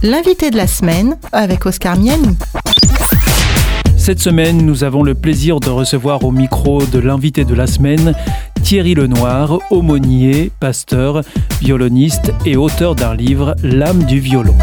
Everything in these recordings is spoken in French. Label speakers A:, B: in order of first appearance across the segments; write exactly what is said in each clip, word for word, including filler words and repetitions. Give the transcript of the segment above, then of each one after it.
A: L'invité de la semaine avec Oscar Miani.
B: Cette semaine, nous avons le plaisir de recevoir au micro de l'invité de la semaine Thierry Lenoir, aumônier, pasteur, violoniste et auteur d'un livre, L'âme du violon.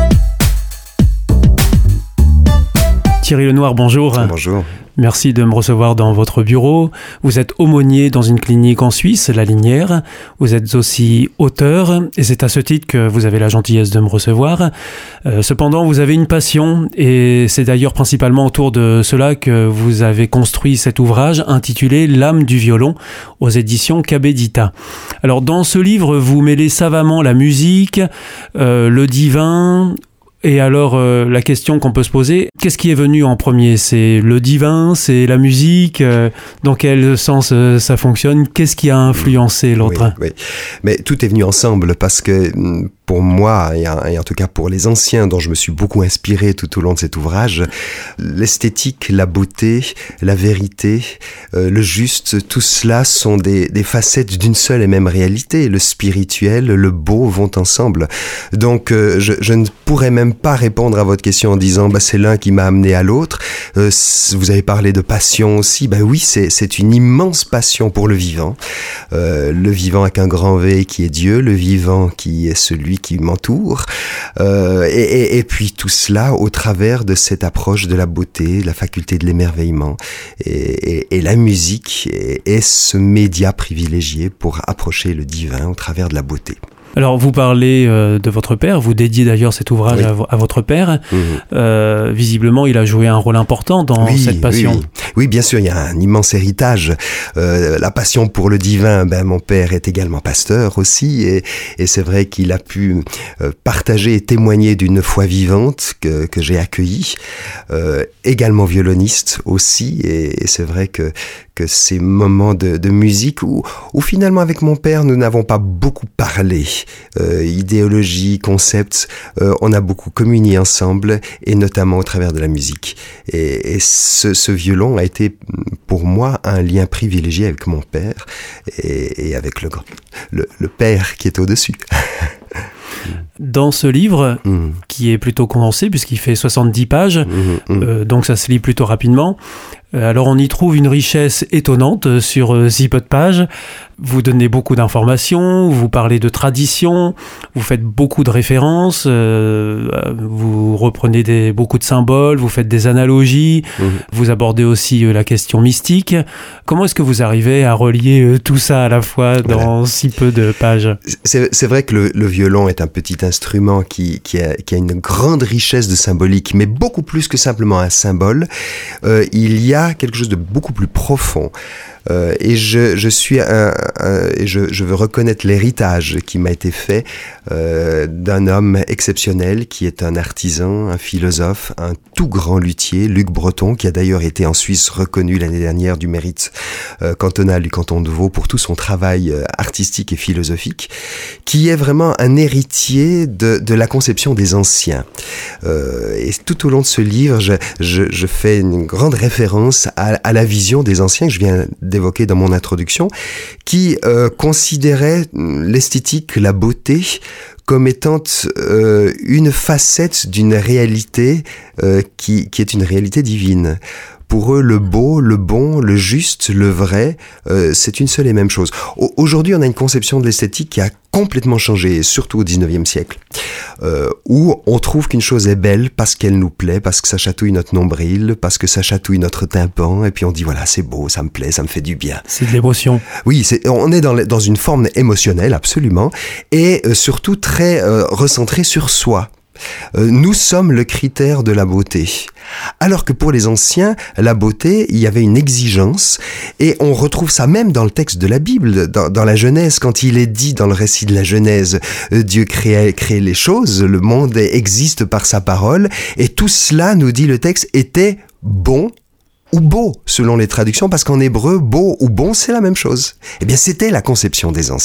B: Thierry Lenoir, bonjour.
C: Bonjour.
B: Merci de me recevoir dans votre bureau. Vous êtes aumônier dans une clinique en Suisse, La Linière. Vous êtes aussi auteur et c'est à ce titre que vous avez la gentillesse de me recevoir. Euh, cependant, vous avez une passion et c'est d'ailleurs principalement autour de cela que vous avez construit cet ouvrage intitulé L'âme du violon aux éditions Cabedita. Alors dans ce livre, vous mêlez savamment la musique, euh, le divin. Et alors, euh, la question qu'on peut se poser, qu'est-ce qui est venu en premier ? C'est le divin, c'est la musique, euh, dans quel sens euh, ça fonctionne ? Qu'est-ce qui a influencé l'autre ?
C: Oui, oui. Mais tout est venu ensemble parce que pour moi, et en tout cas pour les anciens dont je me suis beaucoup inspiré tout au long de cet ouvrage, l'esthétique, la beauté, la vérité, euh, le juste, tout cela sont des, des facettes d'une seule et même réalité. Le spirituel, le beau vont ensemble. Donc, euh, je, je ne pourrais même pas répondre à votre question en disant bah, c'est l'un qui m'a amené à l'autre. Euh, vous avez parlé de passion aussi. Bah oui, c'est, c'est une immense passion pour le vivant. Euh, le vivant avec un grand V qui est Dieu, le vivant qui est celui qui m'entoure. Euh, et, et, et puis tout cela au travers de cette approche de la beauté, de la faculté de l'émerveillement. Et, et, et la musique est, est ce média privilégié pour approcher le divin au travers de la beauté.
B: Alors, vous parlez euh, de votre père, vous dédiez d'ailleurs cet ouvrage oui. à, à votre père. Mmh. Euh, visiblement, il a joué un rôle important dans
C: oui,
B: cette passion.
C: Oui, oui. oui, bien sûr, il y a un immense héritage. Euh, la passion pour le divin, ben, mon père est également pasteur aussi, et, et c'est vrai qu'il a pu euh, partager et témoigner d'une foi vivante que, que j'ai accueillie. Euh, également violoniste aussi, et, et c'est vrai que, que ces moments de, de musique où, où finalement avec mon père, nous n'avons pas beaucoup parlé. Euh, idéologie, concepts, euh, on a beaucoup communié ensemble et notamment au travers de la musique. Et, et ce, ce violon a été pour moi un lien privilégié avec mon père et, et avec le, le, le père qui est au-dessus.
B: Dans ce livre, mmh. qui est plutôt condensé puisqu'il fait soixante-dix pages, mmh, mmh. Euh, donc ça se lit plutôt rapidement. Euh, alors on y trouve une richesse étonnante sur euh, si peu de pages. Vous donnez beaucoup d'informations, vous parlez de tradition, vous faites beaucoup de références, euh, vous reprenez des, beaucoup de symboles, vous faites des analogies, mmh. vous abordez aussi euh, la question mystique. Comment est-ce que vous arrivez à relier euh, tout ça à la fois dans voilà. si peu de pages ?
C: C'est, c'est vrai que le, le violon est un petit instrument qui, qui, a, qui a une grande richesse de symbolique, mais beaucoup plus que simplement un symbole. Euh, il y a quelque chose de beaucoup plus profond. Euh, et je, je suis un, un, et je, je veux reconnaître l'héritage qui m'a été fait euh, d'un homme exceptionnel qui est un artisan, un philosophe, un tout grand luthier, Luc Breton, qui a d'ailleurs été en Suisse reconnu l'année dernière du mérite euh, cantonal du canton de Vaud pour tout son travail euh, artistique et philosophique, qui est vraiment un héritier de, de la conception des anciens. Euh, et tout au long de ce livre, je, je, je fais une grande référence à, à la vision des anciens que je viens d'évoquer dans mon introduction, qui euh, considérait l'esthétique, la beauté, comme étant euh, une facette d'une réalité euh, qui, qui est une réalité divine. Pour eux, le beau, le bon, le juste, le vrai, euh, c'est une seule et même chose. Au- aujourd'hui, on a une conception de l'esthétique qui a complètement changé, surtout au dix-neuvième siècle, euh, où on trouve qu'une chose est belle parce qu'elle nous plaît, parce que ça chatouille notre nombril, parce que ça chatouille notre tympan, et puis on dit voilà, c'est beau, ça me plaît, ça me fait du bien.
B: C'est de l'émotion.
C: Oui, c'est, on est dans, dans une forme émotionnelle, absolument, et euh, surtout très euh, recentré sur soi. Euh, nous sommes le critère de la beauté. Alors que pour les anciens, la beauté, il y avait une exigence, et on retrouve ça même dans le texte de la Bible, dans, dans la Genèse, quand il est dit dans le récit de la Genèse, euh, Dieu crée, crée les choses, le monde existe par sa parole, et tout cela, nous dit le texte, était bon ou beau, selon les traductions, parce qu'en hébreu, beau ou bon, c'est la même chose. Eh bien, c'était la conception des anciens.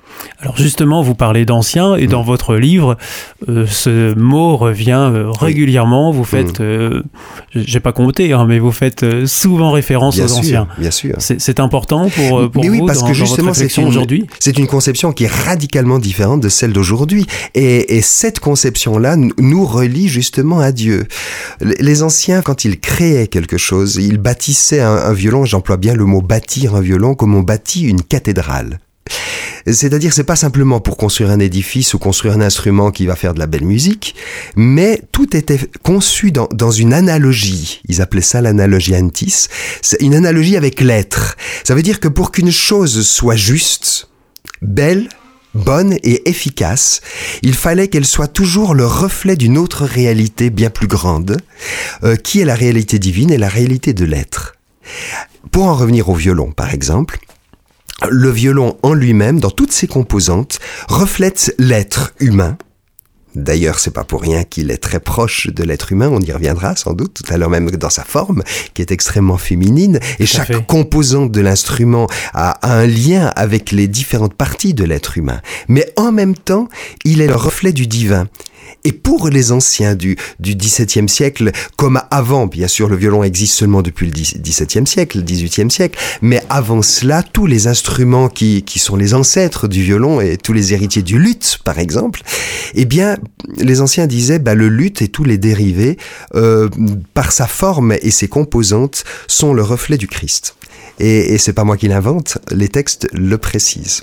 B: Alors justement, vous parlez d'anciens et mmh. dans votre livre, euh, ce mot revient euh, régulièrement. Vous faites, mmh. euh, j'ai pas compté, hein, mais vous faites euh, souvent référence
C: bien
B: aux
C: sûr,
B: anciens.
C: Bien sûr.
B: C'est, c'est important pour, pour
C: mais
B: vous
C: oui, parce
B: dans,
C: que justement,
B: dans votre réflexion
C: c'est une,
B: aujourd'hui.
C: C'est une conception qui est radicalement différente de celle d'aujourd'hui. Et, et cette conception-là nous relie justement à Dieu. Les anciens, quand ils créaient quelque chose, ils bâtissaient un, un violon. J'emploie bien le mot bâtir un violon comme on bâtit une cathédrale. C'est-à-dire, c'est pas simplement pour construire un édifice ou construire un instrument qui va faire de la belle musique, mais tout était conçu dans, dans une analogie. Ils appelaient ça l'analogie antis. C'est une analogie avec l'être. Ça veut dire que pour qu'une chose soit juste, belle, bonne et efficace, il fallait qu'elle soit toujours le reflet d'une autre réalité bien plus grande, euh, qui est la réalité divine et la réalité de l'être. Pour en revenir au violon, par exemple, le violon en lui-même, dans toutes ses composantes, reflète l'être humain. D'ailleurs, c'est pas pour rien qu'il est très proche de l'être humain, on y reviendra sans doute tout à l'heure, même dans sa forme, qui est extrêmement féminine, et chaque fait. composante de l'instrument a, a un lien avec les différentes parties de l'être humain. Mais en même temps, il est le reflet du divin. Et pour les anciens du, du dix-septième siècle, comme avant, bien sûr, le violon existe seulement depuis le dix-septième siècle, le dix-huitième siècle, mais avant cela, tous les instruments qui, qui sont les ancêtres du violon et tous les héritiers du luth, par exemple, eh bien, les anciens disaient, bah, le luth et tous les dérivés, euh, par sa forme et ses composantes, sont le reflet du Christ. Et, et c'est pas moi qui l'invente, les textes le précisent.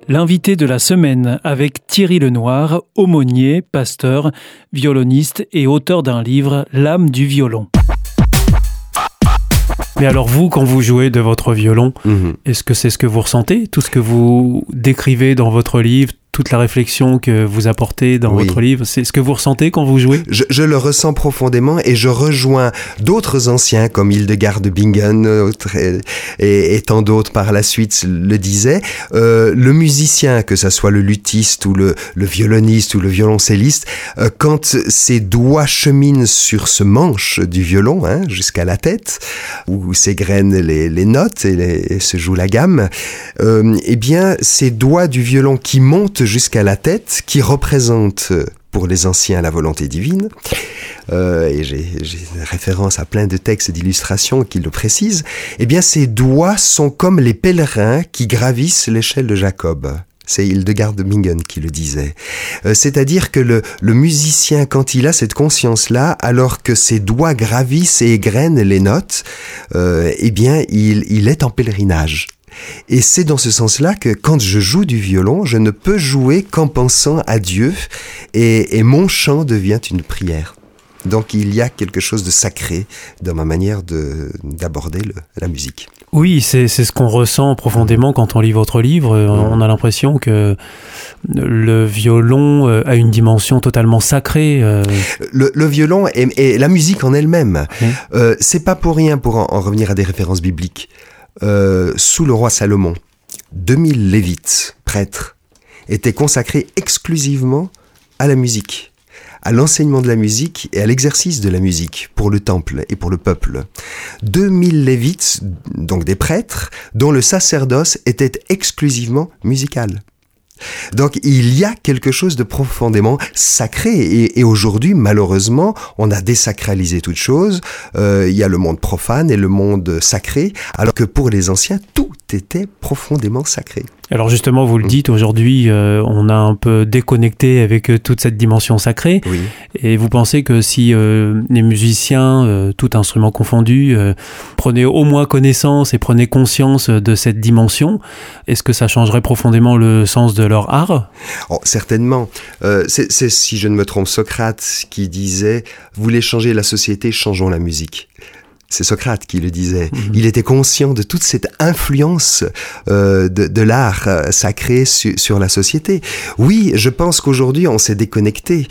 B: L'invité de la semaine avec Thierry Lenoir, aumônier, pasteur, violoniste et auteur d'un livre, L'âme du violon. Mais alors vous, quand vous jouez de votre violon, mmh. est-ce que c'est ce que vous ressentez? Tout ce que vous décrivez dans votre livre, toute la réflexion que vous apportez dans oui. votre livre, c'est ce que vous ressentez quand vous jouez?
C: Je, je le ressens profondément et je rejoins d'autres anciens comme Hildegard de Bingen et, et, et tant d'autres par la suite le disaient. Euh, le musicien, que ça soit le luthiste ou le, le violoniste ou le violoncelliste, euh, quand ses doigts cheminent sur ce manche du violon hein, jusqu'à la tête, où s'égrènent les, les notes et, les, et se joue la gamme, euh, eh bien ces doigts du violon qui montent jusqu'à la tête, qui représente pour les anciens la volonté divine, euh, et j'ai, j'ai référence à plein de textes d'illustrations qui le précisent, eh bien ces doigts sont comme les pèlerins qui gravissent l'échelle de Jacob. C'est Hildegard de Bingen qui le disait. Euh, c'est-à-dire que le, le musicien, quand il a cette conscience-là, alors que ses doigts gravissent et égrènent les notes, euh, eh bien il, il est en pèlerinage. Et c'est dans ce sens-là que quand je joue du violon, je ne peux jouer qu'en pensant à Dieu et, et mon chant devient une prière. Donc il y a quelque chose de sacré dans ma manière de, d'aborder le, la musique.
B: Oui, c'est, c'est ce qu'on ressent profondément quand on lit votre livre. Mmh. On a l'impression que le violon a une dimension totalement sacrée.
C: Le, le violon et, et la musique en elle-même, mmh. euh, c'est pas pour rien pour en, en revenir à des références bibliques. Euh, sous le roi Salomon, deux mille lévites, prêtres, étaient consacrés exclusivement à la musique, à l'enseignement de la musique et à l'exercice de la musique pour le temple et pour le peuple. deux mille lévites, donc des prêtres, dont le sacerdoce était exclusivement musical. Donc il y a quelque chose de profondément sacré et, et aujourd'hui malheureusement on a désacralisé toute chose, euh, il y a le monde profane et le monde sacré alors que pour les anciens tout était profondément sacré.
B: Alors justement, vous le dites, aujourd'hui, euh, on a un peu déconnecté avec euh, toute cette dimension sacrée. Oui. Et vous pensez que si euh, les musiciens, euh, tout instrument confondu, euh, prenaient au moins connaissance et prenaient conscience de cette dimension, est-ce que ça changerait profondément le sens de leur art?
C: Oh, certainement. Euh, c'est, c'est, si je ne me trompe, Socrate qui disait « Vous voulez changer la société, changeons la musique ». C'est Socrate qui le disait. Mmh. Il était conscient de toute cette influence euh, de, de l'art euh, sacré su, sur la société. Oui, je pense qu'aujourd'hui, on s'est déconnecté.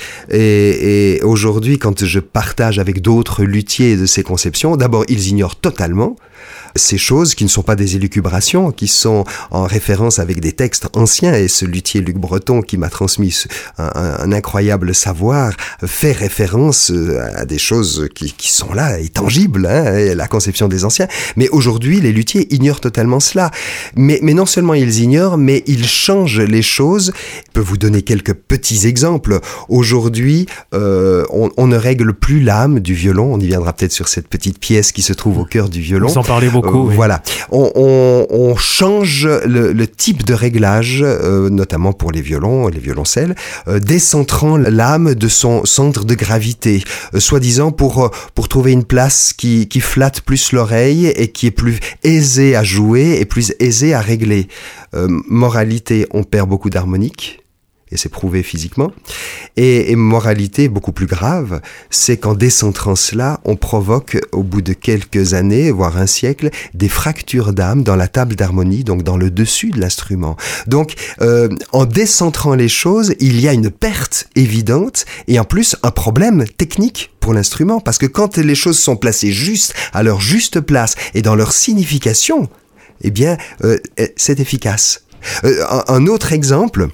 C: Et, et aujourd'hui, quand je partage avec d'autres luthiers de ces conceptions, d'abord, ils ignorent totalement ces choses qui ne sont pas des élucubrations, qui sont en référence avec des textes anciens. Et ce luthier Luc Breton, qui m'a transmis un, un, un incroyable savoir, fait référence à des choses qui, qui sont là et tangibles, hein, la conception des anciens. Mais aujourd'hui, les luthiers ignorent totalement cela. Mais, mais non seulement ils ignorent, mais ils changent les choses. Je peux vous donner quelques petits exemples. Aujourd'hui, euh, on, on ne règle plus l'âme du violon. On y viendra peut-être sur cette petite pièce qui se trouve au cœur du violon.
B: Vous en parlez beaucoup.
C: Euh, oui. Voilà. On, on, on change le, le type de réglage, euh, notamment pour les violons, les violoncelles, euh, décentrant l'âme de son centre de gravité, euh, soi-disant pour pour trouver une place qui qui flatte plus l'oreille et qui est plus aisée à jouer et plus aisée à régler. Euh, moralité, on perd beaucoup d'harmonique. Et c'est prouvé physiquement. Et, et moralité beaucoup plus grave, c'est qu'en décentrant cela, on provoque au bout de quelques années, voire un siècle, des fractures d'âme dans la table d'harmonie, donc dans le dessus de l'instrument. Donc, euh, en décentrant les choses, il y a une perte évidente et en plus un problème technique pour l'instrument, parce que quand les choses sont placées juste à leur juste place et dans leur signification, eh bien, euh, c'est efficace. Euh, un, un autre exemple.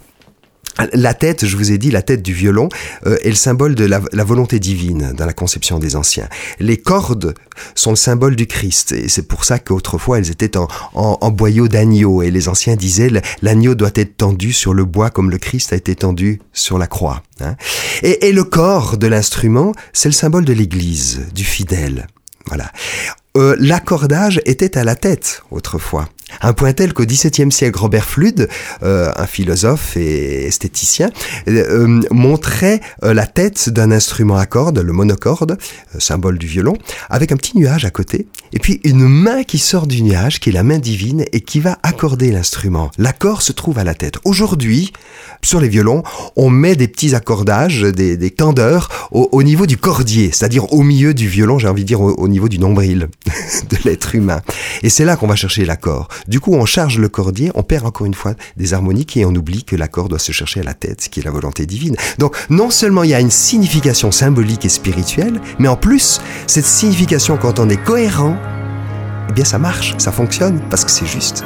C: La tête, je vous ai dit, la tête du violon euh, est le symbole de la, la volonté divine dans la conception des anciens. Les cordes sont le symbole du Christ et c'est pour ça qu'autrefois elles étaient en, en, en boyau d'agneau et les anciens disaient l'agneau doit être tendu sur le bois comme le Christ a été tendu sur la croix. Hein. Et, et le corps de l'instrument, c'est le symbole de l'Église, du fidèle. Voilà. Euh, l'accordage était à la tête autrefois. À un point tel qu'au dix-septième siècle, Robert Fludd, euh, un philosophe et esthéticien, euh, montrait euh, la tête d'un instrument à cordes, le monocorde, euh, symbole du violon, avec un petit nuage à côté, et puis une main qui sort du nuage, qui est la main divine, et qui va accorder l'instrument. L'accord se trouve à la tête. Aujourd'hui, sur les violons, on met des petits accordages, des, des tendeurs au, au niveau du cordier, c'est-à-dire au milieu du violon, j'ai envie de dire au, au niveau du nombril de l'être humain. Et c'est là qu'on va chercher l'accord. Du coup, on charge le cordier, on perd encore une fois des harmoniques et on oublie que l'accord doit se chercher à la tête, ce qui est la volonté divine. Donc, non seulement il y a une signification symbolique et spirituelle, mais en plus, cette signification, quand on est cohérent, eh bien ça marche, ça fonctionne, parce que c'est juste.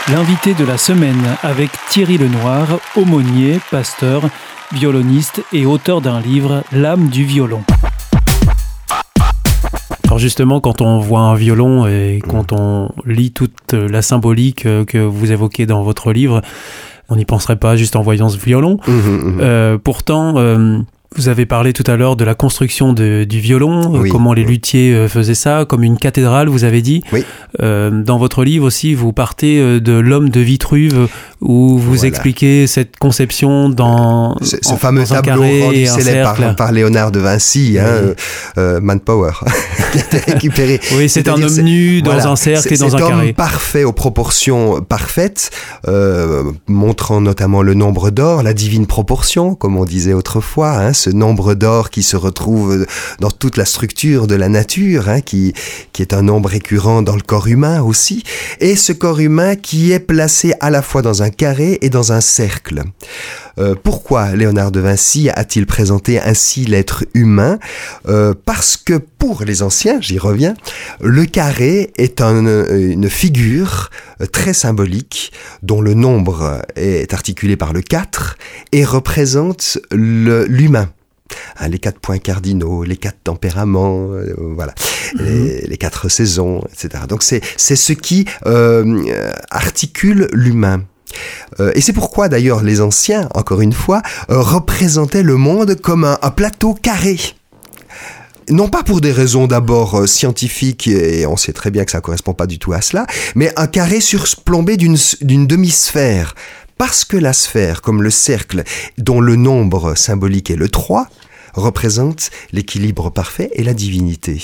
B: L'invité de la semaine avec Thierry Lenoir, aumônier, pasteur, violoniste et auteur d'un livre, L'âme du violon. Alors justement, quand on voit un violon et quand on lit toute la symbolique que vous évoquez dans votre livre, on n'y penserait pas juste en voyant ce violon. Mmh, mmh. Euh, pourtant, euh, vous avez parlé tout à l'heure de la construction de, du violon, oui, comment les oui. luthiers faisaient ça, comme une cathédrale, vous avez dit.
C: Oui.
B: Euh, dans votre livre aussi, vous partez de l'homme de Vitruve, où vous voilà. expliquez cette conception dans
C: ce, ce en, fameux dans tableau rendu célèbre par, par Léonard de Vinci, oui. hein, euh, Manpower, qui a été récupéré.
B: Oui, c'est, c'est un homme nu dans voilà, un cercle et dans un carré.
C: Cet homme parfait, aux proportions parfaites, euh, montrant notamment le nombre d'or, la divine proportion, comme on disait autrefois, hein, ce nombre d'or qui se retrouve dans toute la structure de la nature, hein, qui, qui est un nombre récurrent dans le corps humain aussi, et ce corps humain qui est placé à la fois dans un carré et dans un cercle. Euh, pourquoi Léonard de Vinci a-t-il présenté ainsi l'être humain ? euh, Parce que pour les anciens, j'y reviens, le carré est un, une figure très symbolique dont le nombre est articulé par le quatre et représente le, l'humain. Hein, les quatre points cardinaux, les quatre tempéraments, euh, voilà, mmh. les, les quatre saisons, et cetera. Donc c'est, c'est ce qui euh, articule l'humain. Euh, et c'est pourquoi d'ailleurs les anciens, encore une fois, euh, représentaient le monde comme un, un plateau carré. Non pas pour des raisons d'abord euh, scientifiques, et on sait très bien que ça ne correspond pas du tout à cela, mais un carré surplombé d'une, d'une demi-sphère. Parce que la sphère, comme le cercle, dont le nombre symbolique est le trois, représente l'équilibre parfait et la divinité.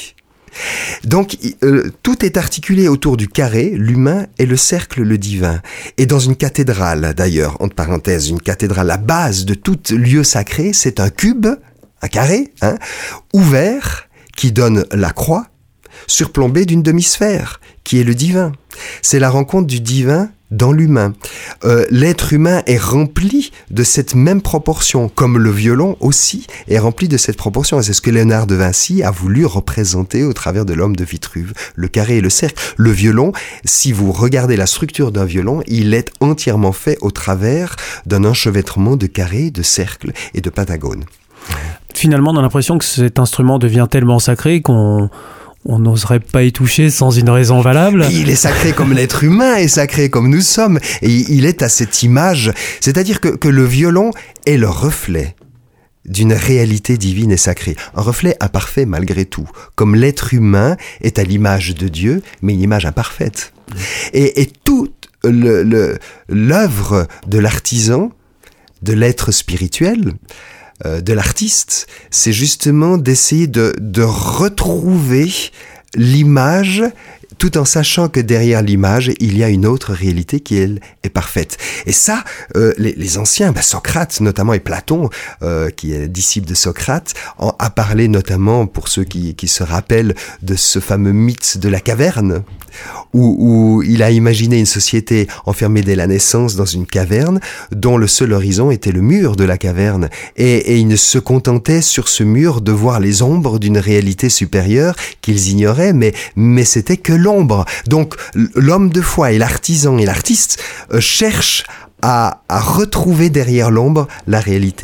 C: Donc, euh, tout est articulé autour du carré, l'humain, et le cercle, le divin. Et dans une cathédrale, d'ailleurs, entre parenthèses, une cathédrale, la base de tout lieu sacré, c'est un cube, un carré, hein, ouvert, qui donne la croix, surplombé d'une demi-sphère, qui est le divin. C'est la rencontre du divin dans l'humain. Euh, l'être humain est rempli de cette même proportion, comme le violon aussi est rempli de cette proportion. Et c'est ce que Léonard de Vinci a voulu représenter au travers de l'homme de Vitruve, le carré et le cercle. Le violon, si vous regardez la structure d'un violon, il est entièrement fait au travers d'un enchevêtrement de carrés, de cercles et de pentagones.
B: Finalement, on a l'impression que cet instrument devient tellement sacré qu'on on n'oserait pas y toucher sans une raison valable.
C: Il est sacré comme l'être humain est sacré comme nous sommes. Et il est à cette image. C'est-à-dire que, que le violon est le reflet d'une réalité divine et sacrée. Un reflet imparfait malgré tout. Comme l'être humain est à l'image de Dieu, mais une image imparfaite. Et, et toute le, le, l'œuvre de l'artisan, de l'être spirituel, de l'artiste, c'est justement d'essayer de, de retrouver l'image tout en sachant que derrière l'image, il y a une autre réalité qui, elle, est parfaite. Et ça, euh, les, les anciens, bah, Socrate notamment, et Platon, euh, qui est disciple de Socrate, en a parlé notamment, pour ceux qui, qui se rappellent, de ce fameux mythe de la caverne, où, où il a imaginé une société enfermée dès la naissance dans une caverne, dont le seul horizon était le mur de la caverne. Et, et il ne se contentait sur ce mur de voir les ombres d'une réalité supérieure qu'ils ignoraient, mais, mais c'était que l'ombre. Donc l'homme de foi et l'artisan et l'artiste euh, cherchent à, à retrouver derrière l'ombre la réalité.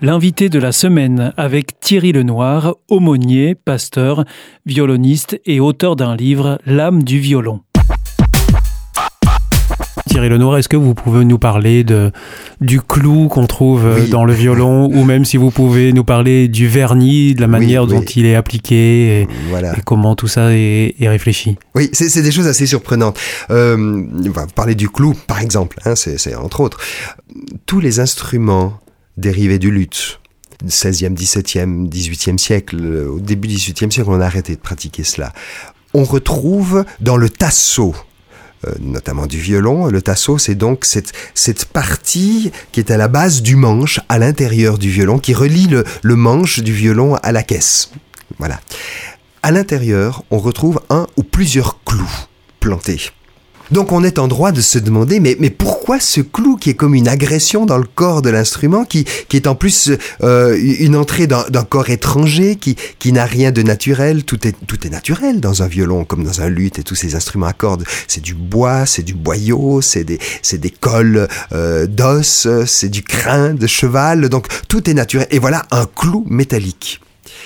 B: L'invité de la semaine avec Thierry Lenoir, aumônier, pasteur, violoniste et auteur d'un livre, L'âme du violon. Thierry Lenoir, est-ce que vous pouvez nous parler de, du clou qu'on trouve oui. dans le violon, ou même si vous pouvez nous parler du vernis, de la manière oui, dont oui. il est appliqué et, voilà. et comment tout ça est, est réfléchi?
C: Oui, c'est, c'est des choses assez surprenantes. Euh, on va parler du clou, par exemple, hein, c'est, c'est entre autres. Tous les instruments dérivés du luth, seizième, dix-septième, dix-huitième siècle, au début du dix-huitième siècle, on a arrêté de pratiquer cela. On retrouve dans le tasseau, Euh, notamment du violon. Le tasseau, c'est donc cette, cette partie qui est à la base du manche, à l'intérieur du violon, qui relie le, le manche du violon à la caisse. Voilà. À l'intérieur, on retrouve un ou plusieurs clous plantés. Donc on est en droit de se demander, mais, mais pourquoi ce clou qui est comme une agression dans le corps de l'instrument, qui, qui est en plus euh, une entrée d'un, d'un corps étranger, qui, qui n'a rien de naturel, tout est, tout est naturel dans un violon, comme dans un luth et tous ces instruments à cordes. C'est du bois, c'est du boyau, c'est des, c'est des cols euh, d'os, c'est du crin de cheval, donc tout est naturel. Et voilà un clou métallique.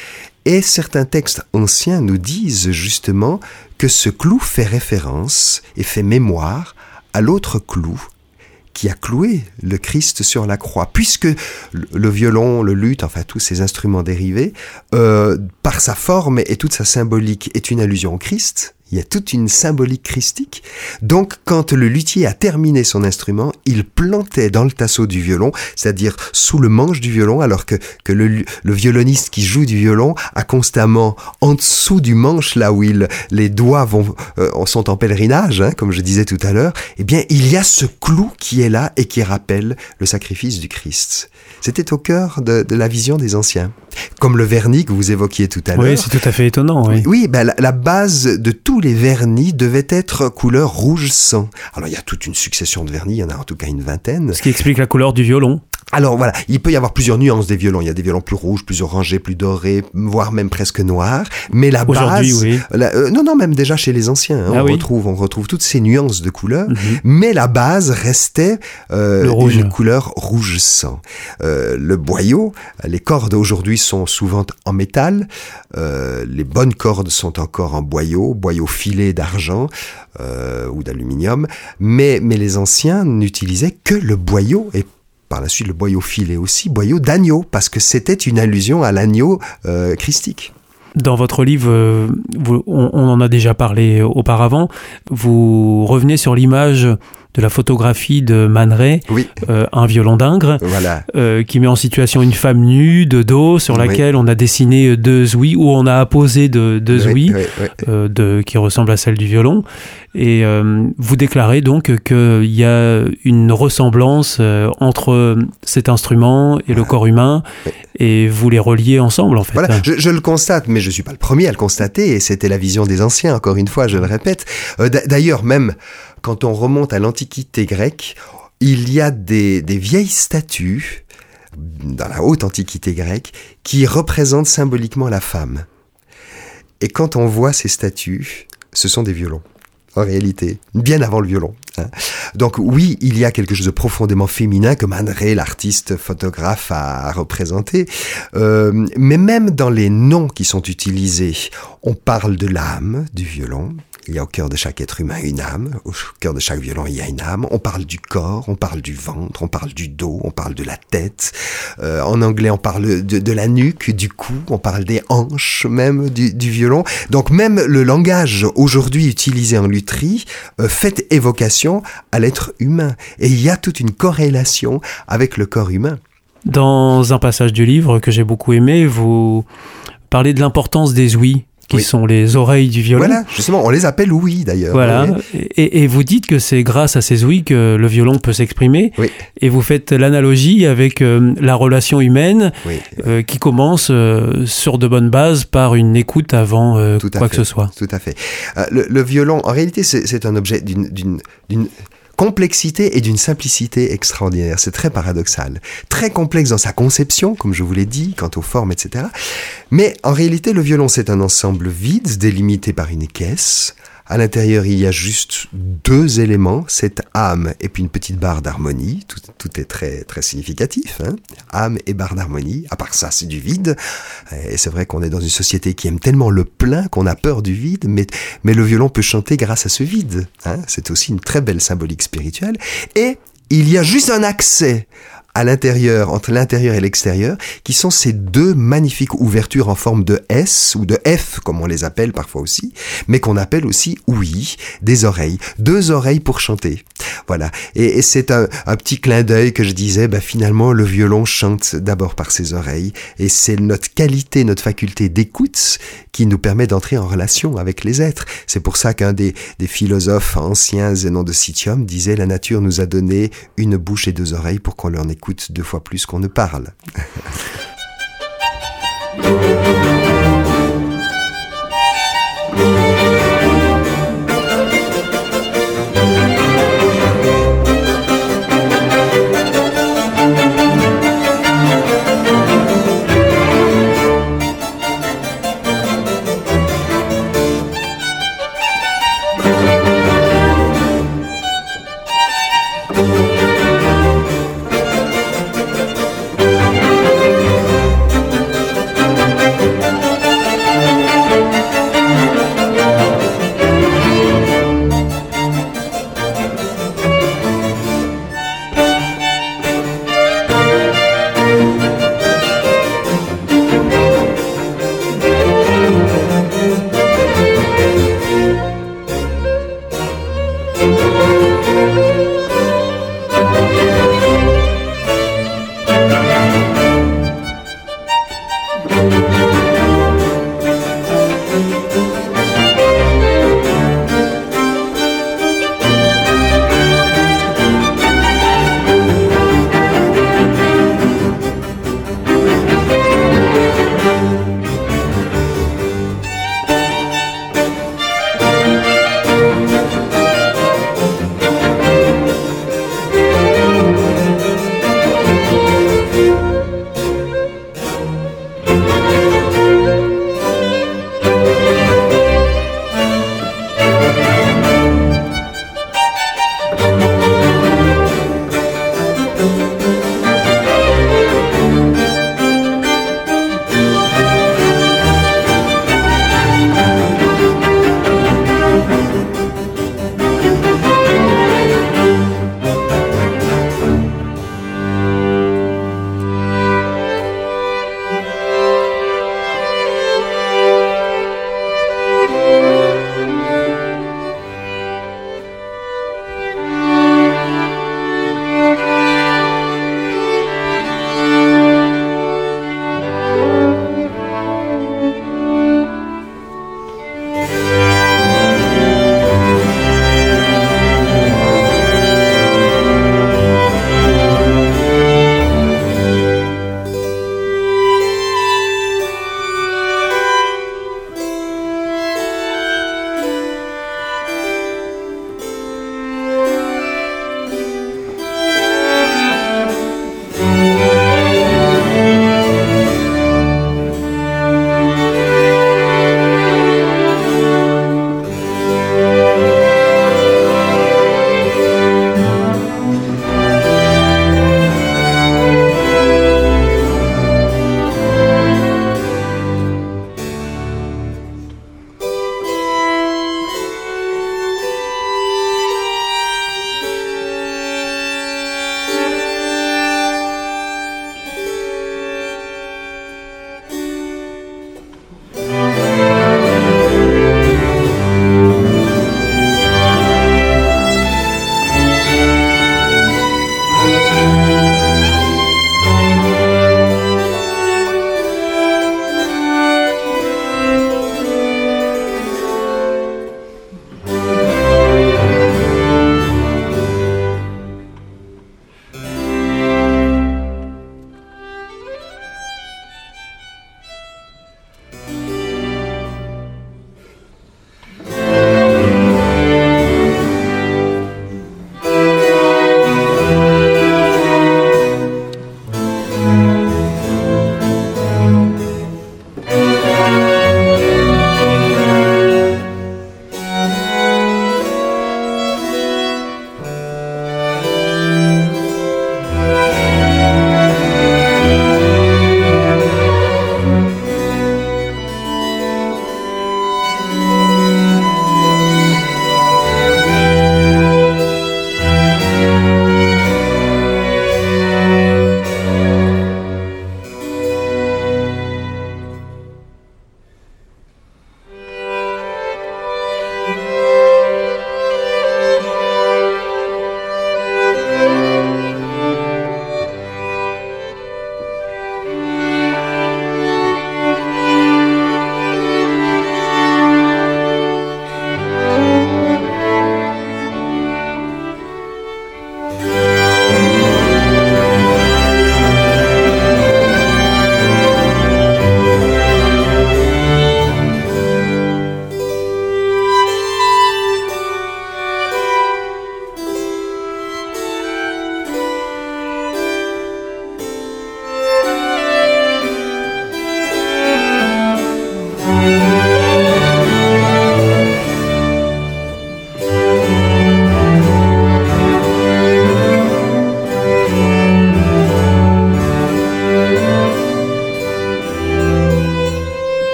C: Et certains textes anciens nous disent justement que ce clou fait référence et fait mémoire à l'autre clou qui a cloué le Christ sur la croix. Puisque le violon, le luth, enfin tous ces instruments dérivés, euh, par sa forme et toute sa symbolique, est une allusion au Christ. Il y a toute une symbolique christique. Donc, quand le luthier a terminé son instrument, il plantait dans le tasseau du violon, c'est-à-dire sous le manche du violon, alors que, que le, le violoniste qui joue du violon a constamment en dessous du manche, là où il, les doigts vont, euh, sont en pèlerinage, hein, comme je disais tout à l'heure, eh bien, il y a ce clou qui est là et qui rappelle le sacrifice du Christ. C'était au cœur de, de la vision des anciens. Comme le vernis que vous évoquiez tout à l'heure.
B: Oui, c'est tout à fait étonnant. Oui,
C: oui ben, la, la base de tous les vernis devait être couleur rouge sang. Alors, il y a toute une succession de vernis, il y en a en tout cas une vingtaine.
B: Ce qui explique la couleur du violon.
C: Alors voilà, il peut y avoir plusieurs nuances des violons. Il y a des violons plus rouges, plus orangés, plus dorés, voire même presque noirs. Mais la
B: Aujourd'hui,
C: base,
B: oui.
C: la, euh, non non, même déjà chez les anciens, hein,
B: ah,
C: on
B: oui.
C: retrouve, on retrouve toutes ces nuances de couleurs.
B: Mm-hmm.
C: Mais la base restait euh,
B: le rouge.
C: une couleur rouge sang. Euh, le boyau, les cordes aujourd'hui sont souvent en métal. Euh, les bonnes cordes sont encore en boyau, boyau filé d'argent euh, ou d'aluminium. Mais mais les anciens n'utilisaient que le boyau et par la suite le boyau filé aussi, boyau d'agneau, parce que c'était une allusion à l'agneau euh, christique.
B: Dans votre livre, euh, vous, on, on en a déjà parlé auparavant, vous revenez sur l'image de la photographie de Man Ray, oui. euh, un violon d'Ingres,
C: voilà.
B: euh, qui met en situation une femme nue, de dos, sur laquelle oui. on a dessiné deux ouïes, ou on a apposé de, deux oui, ouïes, oui, oui. Euh, de, qui ressemblent à celles du violon. Et euh, vous déclarez donc qu'il y a une ressemblance euh, entre cet instrument et le corps humain, oui. et vous les reliez ensemble, en fait.
C: Voilà, je, je le constate, mais je ne suis pas le premier à le constater, et c'était la vision des anciens, encore une fois, je le répète. Euh, d'ailleurs, même quand on remonte à l'Antiquité grecque, il y a des, des vieilles statues, dans la haute Antiquité grecque, qui représentent symboliquement la femme. Et quand on voit ces statues, ce sont des violons. En réalité, bien avant le violon. Hein. Donc oui, il y a quelque chose de profondément féminin que Man Ray, l'artiste photographe, a représenté. Euh, mais même dans les noms qui sont utilisés, on parle de l'âme du violon. Il y a au cœur de chaque être humain une âme. Au cœur de chaque violon, il y a une âme. On parle du corps, on parle du ventre, on parle du dos, on parle de la tête. Euh, en anglais, on parle de, de la nuque, du cou, on parle des hanches même du, du violon. Donc même le langage aujourd'hui utilisé en lutherie euh, fait évocation à l'être humain. Et il y a toute une corrélation avec le corps humain.
B: Dans un passage du livre que j'ai beaucoup aimé, vous parlez de l'importance des ouïes, qui oui. sont les oreilles du violon.
C: Voilà, justement, on les appelle ouïes d'ailleurs.
B: Voilà,
C: oui.
B: et, et vous dites que c'est grâce à ces ouïes que le violon peut s'exprimer,
C: oui.
B: et vous faites l'analogie avec euh, la relation humaine,
C: oui.
B: euh, qui commence euh, sur de bonnes bases par une écoute avant euh, quoi
C: fait,
B: que ce soit.
C: Tout à fait. Euh, le, le violon, en réalité, c'est, c'est un objet d'une... d'une, d'une complexité et d'une simplicité extraordinaire. C'est très paradoxal. Très complexe dans sa conception, comme je vous l'ai dit, quant aux formes, et cetera. Mais en réalité, le violon, c'est un ensemble vide, délimité par une caisse, À l'intérieur, il y a juste deux éléments, cette âme et puis une petite barre d'harmonie. Tout, tout est très, très significatif, hein. Âme et barre d'harmonie. À part ça, c'est du vide. Et c'est vrai qu'on est dans une société qui aime tellement le plein qu'on a peur du vide, mais, mais le violon peut chanter grâce à ce vide, hein. C'est aussi une très belle symbolique spirituelle. Et il y a juste un accès à l'intérieur, entre l'intérieur et l'extérieur, qui sont ces deux magnifiques ouvertures en forme de S ou de F, comme on les appelle parfois aussi, mais qu'on appelle aussi ouïe, des oreilles, deux oreilles pour chanter. Voilà. Et, et c'est un, un petit clin d'œil que je disais, bah finalement le violon chante d'abord par ses oreilles, et c'est notre qualité, notre faculté d'écoute qui nous permet d'entrer en relation avec les êtres. C'est pour ça qu'un des, des philosophes anciens, Zénon de Citium, disait: la nature nous a donné une bouche et deux oreilles pour qu'on l'en écoute deux fois plus qu'on ne parle.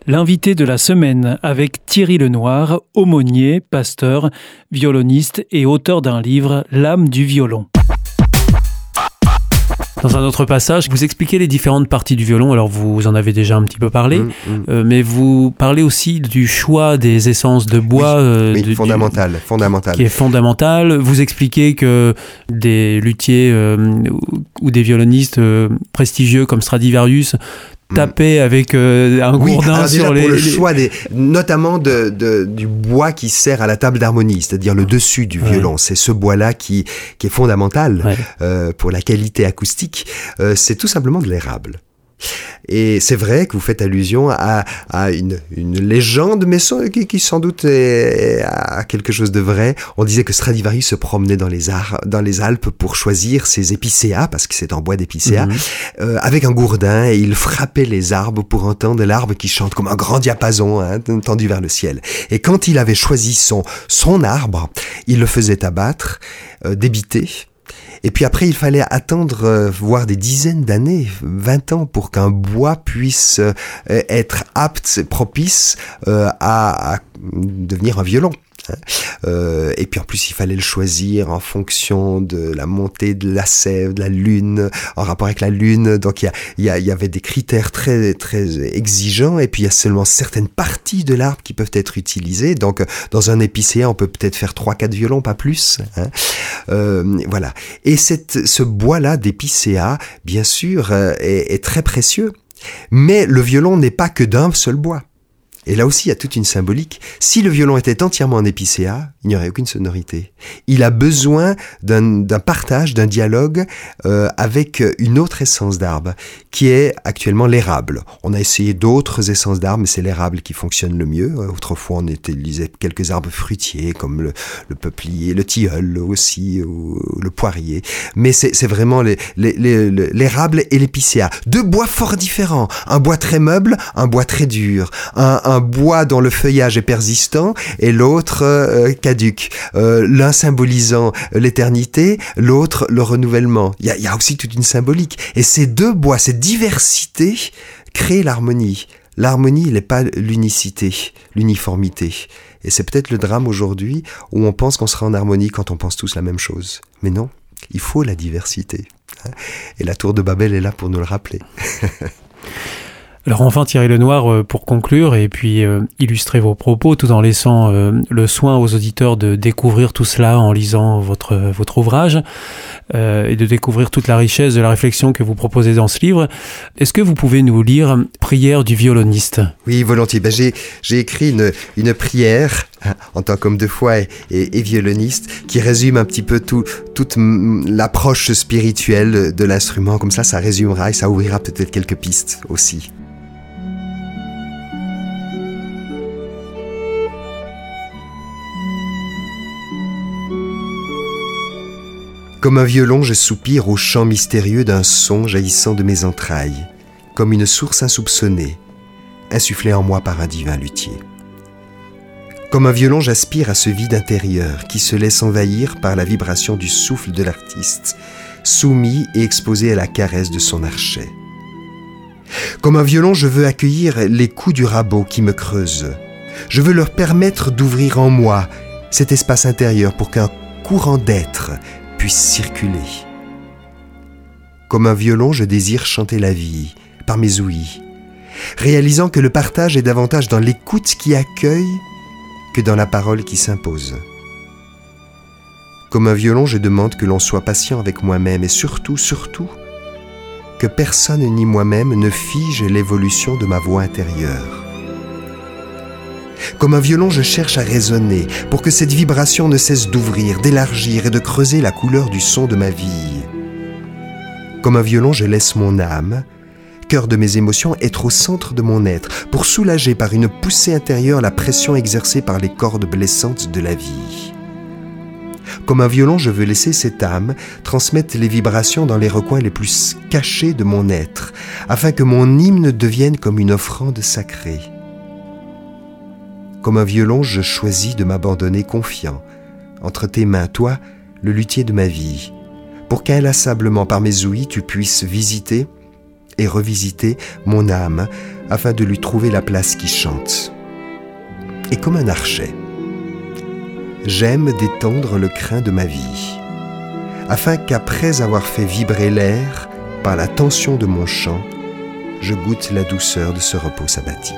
B: L'invité de la semaine avec Thierry Lenoir, aumônier, pasteur, violoniste et auteur d'un livre, L'âme du violon. Dans un autre passage, vous expliquez les différentes parties du violon. Alors, vous en avez déjà un petit peu parlé, mmh, mmh. Euh, mais vous parlez aussi du choix des essences de bois.
C: Oui,
B: euh,
C: oui
B: de,
C: fondamental,
B: du,
C: fondamental.
B: Qui est fondamental. Vous expliquez que des luthiers euh, ou des violonistes euh, prestigieux comme Stradivarius taper avec euh, un
C: oui,
B: gourdin
C: alors déjà
B: sur les...
C: pour le choix des, notamment de, de, du bois qui sert à la table d'harmonie, c'est-à-dire le dessus du violon. Ouais. C'est ce bois-là qui, qui est fondamental ouais. euh, pour la qualité acoustique. Euh, c'est tout simplement de l'érable. Et c'est vrai que vous faites allusion à, à une, une légende, mais qui, qui sans doute est, est, a quelque chose de vrai. On disait que Stradivarius se promenait dans les, ar- dans les Alpes pour choisir ses épicéas, parce que c'est en bois d'épicéa, mm-hmm. euh, avec un gourdin, et il frappait les arbres pour entendre l'arbre qui chante comme un grand diapason hein, tendu vers le ciel. Et quand il avait choisi son, son arbre, il le faisait abattre, euh, débiter. Et puis après, il fallait attendre, euh, voire des dizaines d'années, vingt ans, pour qu'un bois puisse euh, être apte, propice euh, à, à devenir un violon. Euh, et puis en plus il fallait le choisir en fonction de la montée de la sève, de la lune, en rapport avec la lune. Donc il y, a, il, y a, il y avait des critères très très exigeants. Et puis il y a seulement certaines parties de l'arbre qui peuvent être utilisées. Donc dans un épicéa on peut peut-être faire trois quatre violons, pas plus. Hein. Euh, voilà. Et cette, ce bois-là d'épicéa, bien sûr, euh, est, est très précieux. Mais le violon n'est pas que d'un seul bois. Et là aussi, il y a toute une symbolique. Si le violon était entièrement en épicéa, il n'y aurait aucune sonorité. Il a besoin d'un, d'un partage, d'un dialogue euh, avec une autre essence d'arbre, qui est actuellement l'érable. On a essayé d'autres essences d'arbres, mais c'est l'érable qui fonctionne le mieux. Autrefois, on utilisait quelques arbres fruitiers, comme le, le peuplier, le tilleul aussi, ou le poirier. Mais c'est, c'est vraiment les, les, les, l'érable et l'épicéa. Deux bois fort différents. Un bois très meuble, un bois très dur. Un, un un bois dont le feuillage est persistant et l'autre euh, caduc. Euh, l'un symbolisant l'éternité, l'autre le renouvellement. Il y a, il y a aussi toute une symbolique. Et ces deux bois, cette diversité crée l'harmonie. L'harmonie, il n'est pas l'unicité, l'uniformité. Et c'est peut-être le drame aujourd'hui où on pense qu'on sera en harmonie quand on pense tous la même chose. Mais non, il faut la diversité. Et la tour de Babel est là pour nous le rappeler.
B: Alors enfin Thierry Lenoir, pour conclure et puis euh, illustrer vos propos tout en laissant euh, le soin aux auditeurs de découvrir tout cela en lisant votre, votre ouvrage euh, et de découvrir toute la richesse de la réflexion que vous proposez dans ce livre. Est-ce que vous pouvez nous lire Prière du violoniste ?
C: Oui, volontiers. Ben, j'ai, j'ai écrit une, une prière en tant qu'homme de foi et, et, et violoniste qui résume un petit peu tout, toute l'approche spirituelle de l'instrument. Comme ça, ça résumera et ça ouvrira peut-être quelques pistes aussi. Comme un violon, je soupire au chant mystérieux d'un son jaillissant de mes entrailles, comme une source insoupçonnée, insufflée en moi par un divin luthier. Comme un violon, j'aspire à ce vide intérieur qui se laisse envahir par la vibration du souffle de l'artiste, soumis et exposé à la caresse de son archet. Comme un violon, je veux accueillir les coups du rabot qui me creusent. Je veux leur permettre d'ouvrir en moi cet espace intérieur pour qu'un courant d'être puisse circuler. Comme un violon, je désire chanter la vie par mes ouïes, réalisant que le partage est davantage dans l'écoute qui accueille que dans la parole qui s'impose. Comme un violon, je demande que l'on soit patient avec moi-même et surtout, surtout, que personne ni moi-même ne fige l'évolution de ma voix intérieure. Comme un violon, je cherche à résonner pour que cette vibration ne cesse d'ouvrir, d'élargir et de creuser la couleur du son de ma vie. Comme un violon, je laisse mon âme, cœur de mes émotions, être au centre de mon être pour soulager par une poussée intérieure la pression exercée par les cordes blessantes de la vie. Comme un violon, je veux laisser cette âme transmettre les vibrations dans les recoins les plus cachés de mon être, afin que mon hymne devienne comme une offrande sacrée. Comme un violon, je choisis de m'abandonner confiant entre tes mains, toi, le luthier de ma vie, pour qu'inlassablement par mes ouïes tu puisses visiter et revisiter mon âme afin de lui trouver la place qui chante. Et comme un archet, j'aime détendre le crin de ma vie, afin qu'après avoir fait vibrer l'air par la tension de mon chant, je goûte la douceur de ce repos sabbatique.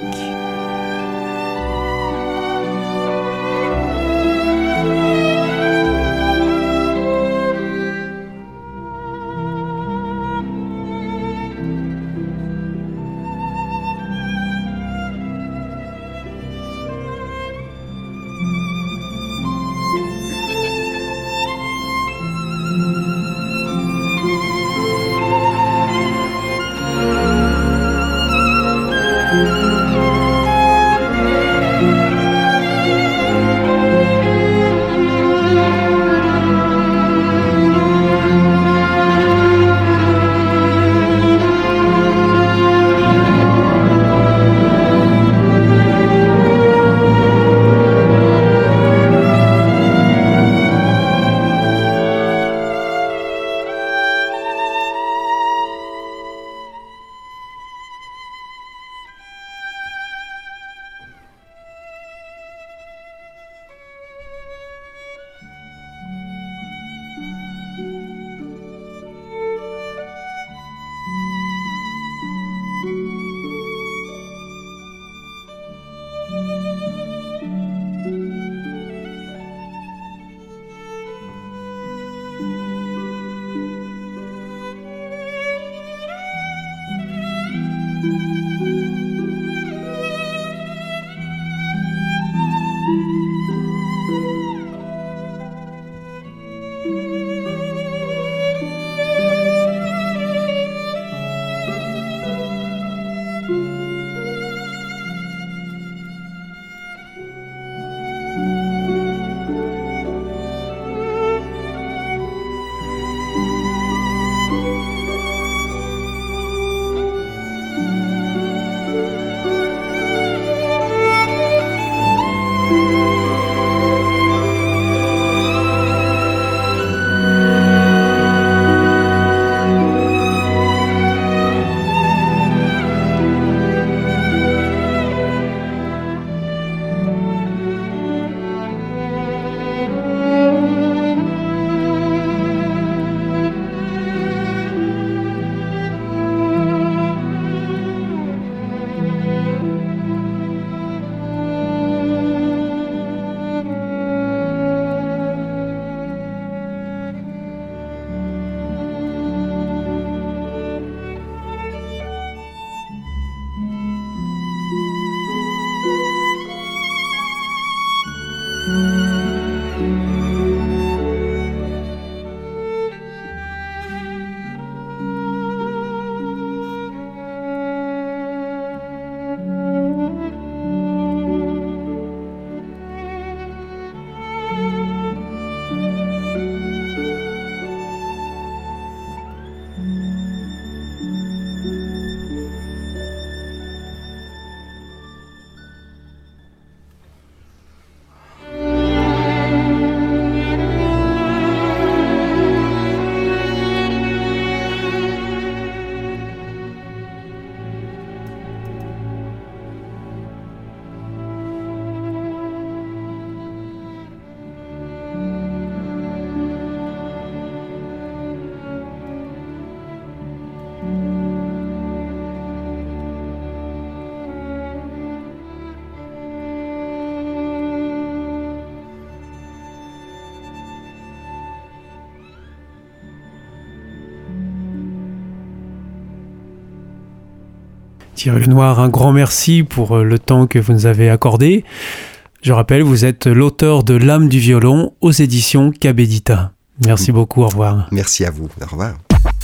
B: Thierry Lenoir, un grand merci pour le temps que vous nous avez accordé. Je rappelle, vous êtes l'auteur de L'âme du violon aux éditions Kabedita. Merci beaucoup, au revoir.
C: Merci à vous, au revoir.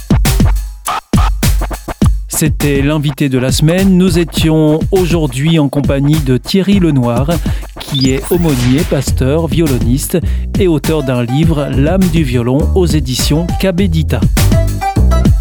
B: C'était l'invité de la semaine. Nous étions aujourd'hui en compagnie de Thierry Lenoir, qui est aumônier, pasteur, violoniste et auteur d'un livre, L'âme du violon aux éditions Kabedita.